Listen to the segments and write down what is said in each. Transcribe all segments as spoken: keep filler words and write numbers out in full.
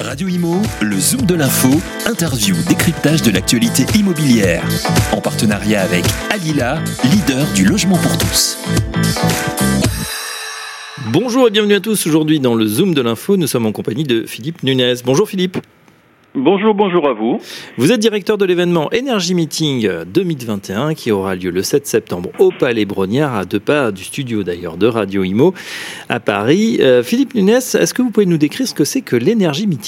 Radio Imo, le Zoom de l'info, interview, décryptage de l'actualité immobilière. En partenariat avec Alila, leader du logement pour tous. Bonjour et bienvenue à tous. Aujourd'hui dans le Zoom de l'info, nous sommes en compagnie de Philippe Nunez. Bonjour Philippe. Bonjour, bonjour à vous. Vous êtes directeur de l'événement Energy Meeting deux mille vingt et un qui aura lieu le sept septembre au Palais Brongniart, à deux pas du studio d'ailleurs de Radio Imo à Paris. Euh, Philippe Nunez, est-ce que vous pouvez nous décrire ce que c'est que l'Energy Meeting ?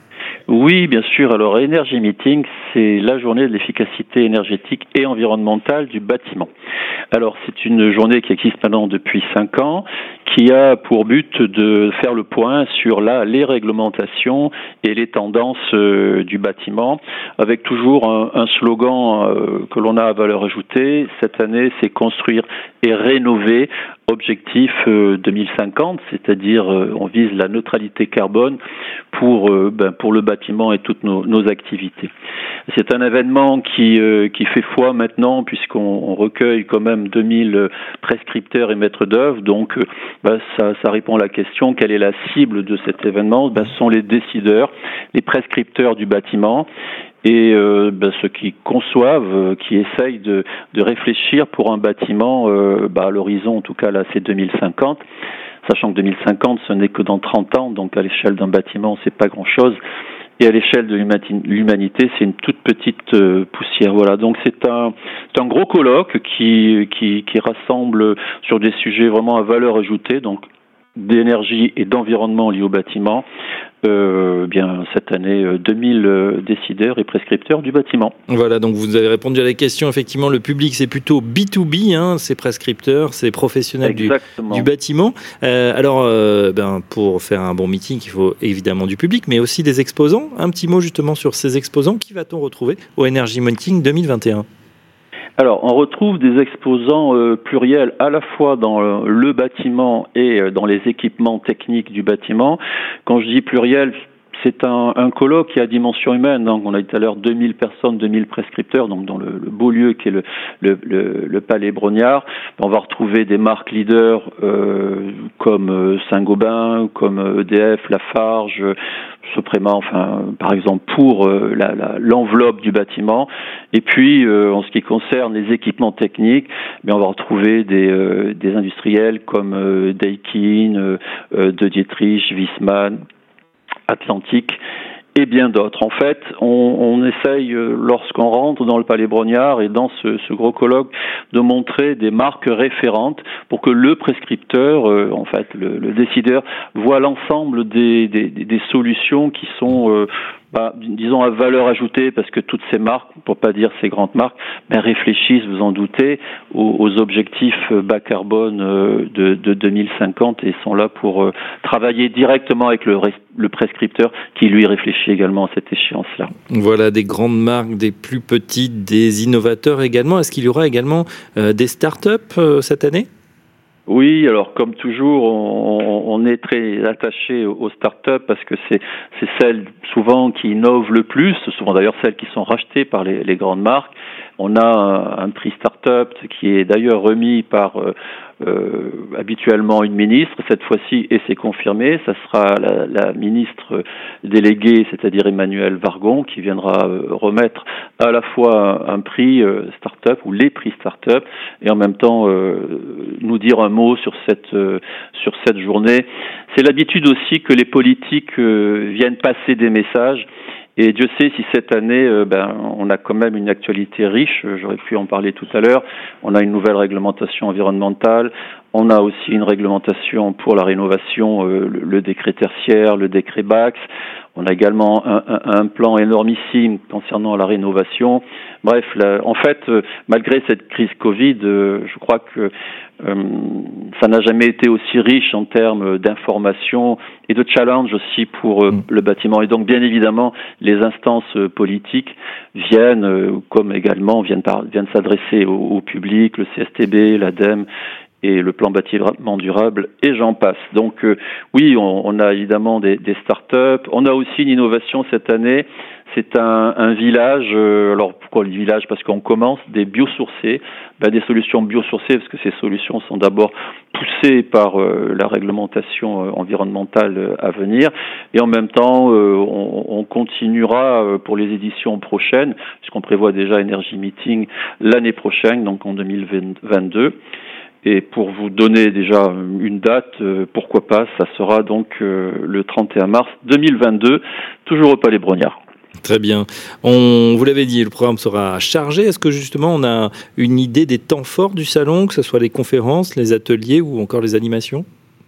Oui, bien sûr. Alors, Energy Meeting, c'est la journée de l'efficacité énergétique et environnementale du bâtiment. Alors, c'est une journée qui existe maintenant depuis cinq ans, qui a pour but de faire le point sur là, les réglementations et les tendances euh, du bâtiment, avec toujours un, un slogan euh, que l'on a à valeur ajoutée. Cette année, c'est construire et rénover. Objectif euh, deux mille cinquante, c'est-à-dire euh, on vise la neutralité carbone pour euh, ben, pour le bâtiment et toutes nos, nos activités. C'est un événement qui euh, qui fait foi maintenant puisqu'on on recueille quand même deux mille prescripteurs et maîtres d'œuvre. Donc euh, ben, ça ça répond à la question quelle est la cible de cet événement. Ben, ce sont les décideurs, les prescripteurs du bâtiment. Et euh, ben, ceux qui conçoivent, euh, qui essayent de, de réfléchir pour un bâtiment, euh, ben, à l'horizon, en tout cas là c'est deux mille cinquante, sachant que deux mille cinquante ce n'est que dans trente ans, donc à l'échelle d'un bâtiment c'est pas grand-chose, et à l'échelle de l'humanité c'est une toute petite euh, poussière. Voilà, donc c'est un, c'est un gros colloque qui, qui, qui rassemble sur des sujets vraiment à valeur ajoutée, donc d'énergie et d'environnement liés au bâtiment. Euh, bien cette année deux mille euh, décideurs et prescripteurs du bâtiment. Voilà, donc vous avez répondu à la question. Effectivement, le public c'est plutôt B deux B, hein, c'est prescripteurs, c'est professionnels du, du bâtiment. Euh, alors, euh, ben, pour faire un bon meeting, il faut évidemment du public, mais aussi des exposants. Un petit mot justement sur ces exposants. Qui va-t-on retrouver au Energy Meeting deux mille vingt et un ? Alors, on retrouve des exposants euh, pluriels à la fois dans le, le bâtiment et euh, dans les équipements techniques du bâtiment. Quand je dis pluriel, c'est un, un colloque qui a dimension humaine. Donc, on a dit tout à l'heure deux mille personnes, deux mille prescripteurs, donc dans le, le beau lieu qui est le, le, le, le Palais Brongniart. On va retrouver des marques leaders euh, comme Saint-Gobain, comme E D F, Lafarge, Soprema, enfin, par exemple, pour euh, la, la, l'enveloppe du bâtiment. Et puis, euh, en ce qui concerne les équipements techniques, mais on va retrouver des, euh, des industriels comme euh, Daikin, euh, euh, De Dietrich, Wiesmann, Atlantique et bien d'autres. En fait, on, on essaye, euh, lorsqu'on rentre dans le Palais Brongniart et dans ce, ce gros colloque, de montrer des marques référentes pour que le prescripteur, euh, en fait, le, le décideur, voit l'ensemble des, des, des solutions qui sont, euh, bah, disons, à valeur ajoutée, parce que toutes ces marques, pour pas dire ces grandes marques, ben, réfléchissent, vous en doutez, aux, aux objectifs bas carbone euh, de, de deux mille cinquante et sont là pour euh, travailler directement avec le, le prescripteur qui lui réfléchit également à cette échéance-là. Voilà, des grandes marques, des plus petites, des innovateurs également. Est-ce qu'il y aura également euh, des startups euh, cette année ? Oui, alors comme toujours, on, on est très attaché aux startups parce que c'est, c'est celles souvent qui innovent le plus, souvent d'ailleurs celles qui sont rachetées par les, les grandes marques. On a un, un prix startup qui est d'ailleurs remis par euh, euh, habituellement une ministre. Cette fois-ci, et c'est confirmé, ça sera la, la ministre déléguée, c'est-à-dire Emmanuelle Wargon, qui viendra euh, remettre à la fois un, un prix euh, startup ou les prix startup et en même temps euh, nous dire un mot sur cette euh, sur cette journée. C'est l'habitude aussi que les politiques euh, viennent passer des messages. Et Dieu sait si cette année, euh, ben, on a quand même une actualité riche, j'aurais pu en parler tout à l'heure. On a une nouvelle réglementation environnementale, on a aussi une réglementation pour la rénovation, euh, le, le décret tertiaire, le décret Bax. On a également un, un, un plan énormissime concernant la rénovation. Bref, là, en fait, euh, malgré cette crise Covid, euh, je crois que euh, ça n'a jamais été aussi riche en termes d'information et de challenge aussi pour euh, le bâtiment. Et donc, bien évidemment, les instances euh, politiques viennent, euh, comme également viennent, par, viennent s'adresser au, au public, le C S T B, l'A D E M et le plan bâtiment durable, et j'en passe. Donc euh, oui, on, on a évidemment des, des start-up. On a aussi une innovation cette année. C'est un, un village. Euh, alors pourquoi le village ? Parce qu'on commence des biosourcés, ben, des solutions biosourcées, parce que ces solutions sont d'abord poussées par euh, la réglementation euh, environnementale euh, à venir, et en même temps, euh, on, on continuera euh, pour les éditions prochaines, puisqu'on prévoit déjà Energy Meeting l'année prochaine, donc en deux mille vingt-deux. Et pour vous donner déjà une date, euh, pourquoi pas, ça sera donc euh, le trente et un mars deux mille vingt-deux, toujours au Palais Brognard. Très bien. On vous l'avez dit, le programme sera chargé. Est-ce que justement on a une idée des temps forts du salon, que ce soit les conférences, les ateliers ou encore les animations ?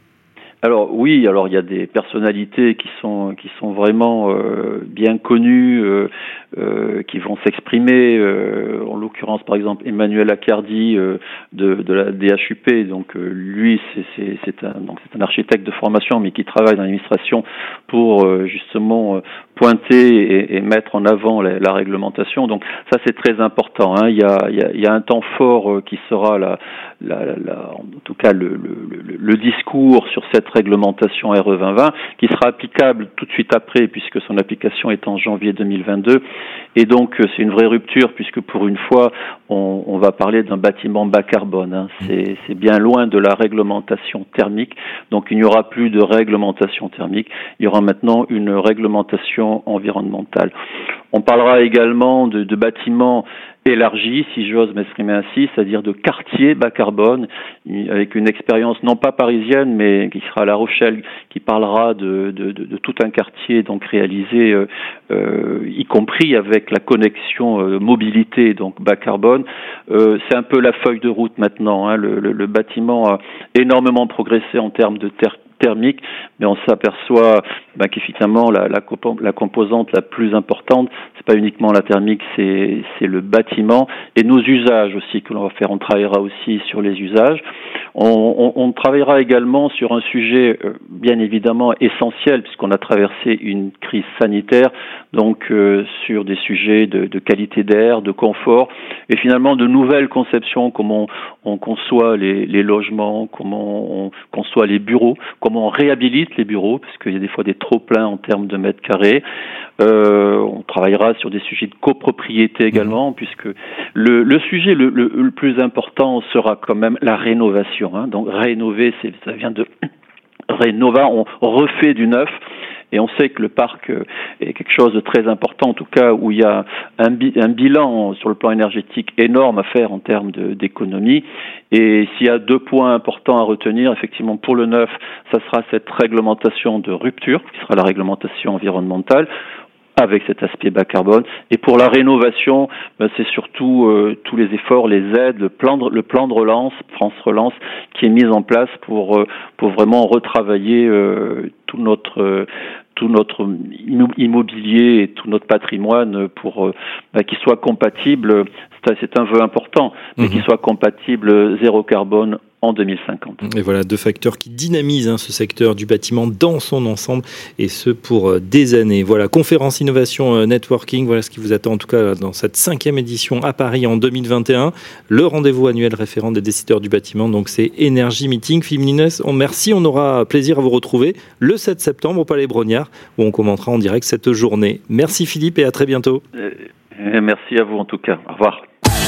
Alors oui, alors il y a des personnalités qui sont qui sont vraiment euh, bien connues, euh, euh, qui vont s'exprimer. Euh, en l'occurrence, par exemple, Emmanuel Accardi euh, de, de la D H U P. Donc euh, lui, c'est c'est c'est un donc c'est un architecte de formation, mais qui travaille dans l'administration pour euh, justement euh, pointer et, et mettre en avant la, la réglementation. Donc ça, c'est très important. Hein. Il y a il y a il y a un temps fort euh, qui sera la, la, la, la en tout cas le, le le le discours sur cette réglementation R E vingt vingt, qui sera applicable tout de suite après, puisque son application est en janvier deux mille vingt-deux. Et donc, c'est une vraie rupture, puisque pour une fois, on, on va parler d'un bâtiment bas carbone. Hein. C'est, c'est bien loin de la réglementation thermique. Donc, il n'y aura plus de réglementation thermique. Il y aura maintenant une réglementation environnementale. On parlera également de, de bâtiments élargi, si j'ose m'exprimer ainsi, c'est-à-dire de quartier bas carbone, avec une expérience non pas parisienne, mais qui sera à La Rochelle, qui parlera de, de, de, de tout un quartier donc réalisé, euh, euh, y compris avec la connexion euh, mobilité, donc bas carbone. Euh, c'est un peu la feuille de route maintenant. Hein. Le, le, le bâtiment a énormément progressé en termes de terre thermique, mais on s'aperçoit ben, qu'effectivement la, la, la composante la plus importante, c'est pas uniquement la thermique, c'est, c'est le bâtiment et nos usages aussi que l'on va faire. On travaillera aussi sur les usages. On, on, on travaillera également sur un sujet euh, bien évidemment essentiel, puisqu'on a traversé une crise sanitaire, donc euh, sur des sujets de, de qualité d'air, de confort, et finalement de nouvelles conceptions, comment on, on conçoit les, les logements, comment on conçoit les bureaux, comment on réhabilite les bureaux, parce qu'il y a des fois des trop-pleins en termes de mètres carrés. Euh, on travaillera sur des sujets de copropriété également, mmh. puisque le, le sujet le, le, le plus important sera quand même la rénovation. Hein. Donc rénover, c'est, ça vient de rénova, on refait du neuf. Et on sait que le parc est quelque chose de très important, en tout cas où il y a un, bi- un bilan sur le plan énergétique énorme à faire en termes de, d'économie. Et s'il y a deux points importants à retenir, effectivement, pour le neuf, ça sera cette réglementation de rupture, qui sera la réglementation environnementale, avec cet aspect bas carbone. Et pour la rénovation, ben c'est surtout euh, tous les efforts, les aides, le plan de, le plan de relance, France Relance, qui est mis en place pour, euh, pour vraiment retravailler euh, tout notre... Euh, tout notre immobilier et tout notre patrimoine pour euh, bah, qu'il soit compatible, c'est un, c'est un vœu important, mais mmh. qu'il soit compatible zéro carbone en deux mille cinquante. Et voilà, deux facteurs qui dynamisent hein, ce secteur du bâtiment dans son ensemble, et ce pour euh, des années. Voilà, conférence innovation euh, networking, voilà ce qui vous attend en tout cas dans cette cinquième édition à Paris en deux mille vingt et un. Le rendez-vous annuel référent des décideurs du bâtiment, donc c'est Energy Meeting. Philippe Ninès, on merci, on aura plaisir à vous retrouver le sept septembre au Palais Brognard, où on commentera en direct cette journée. Merci Philippe et à très bientôt. Euh, merci à vous en tout cas. Au revoir.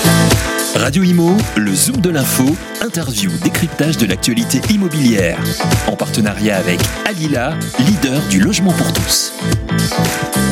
Radio Imo, le Zoom de l'info, interview, décryptage de l'actualité immobilière. En partenariat avec Alila, leader du logement pour tous.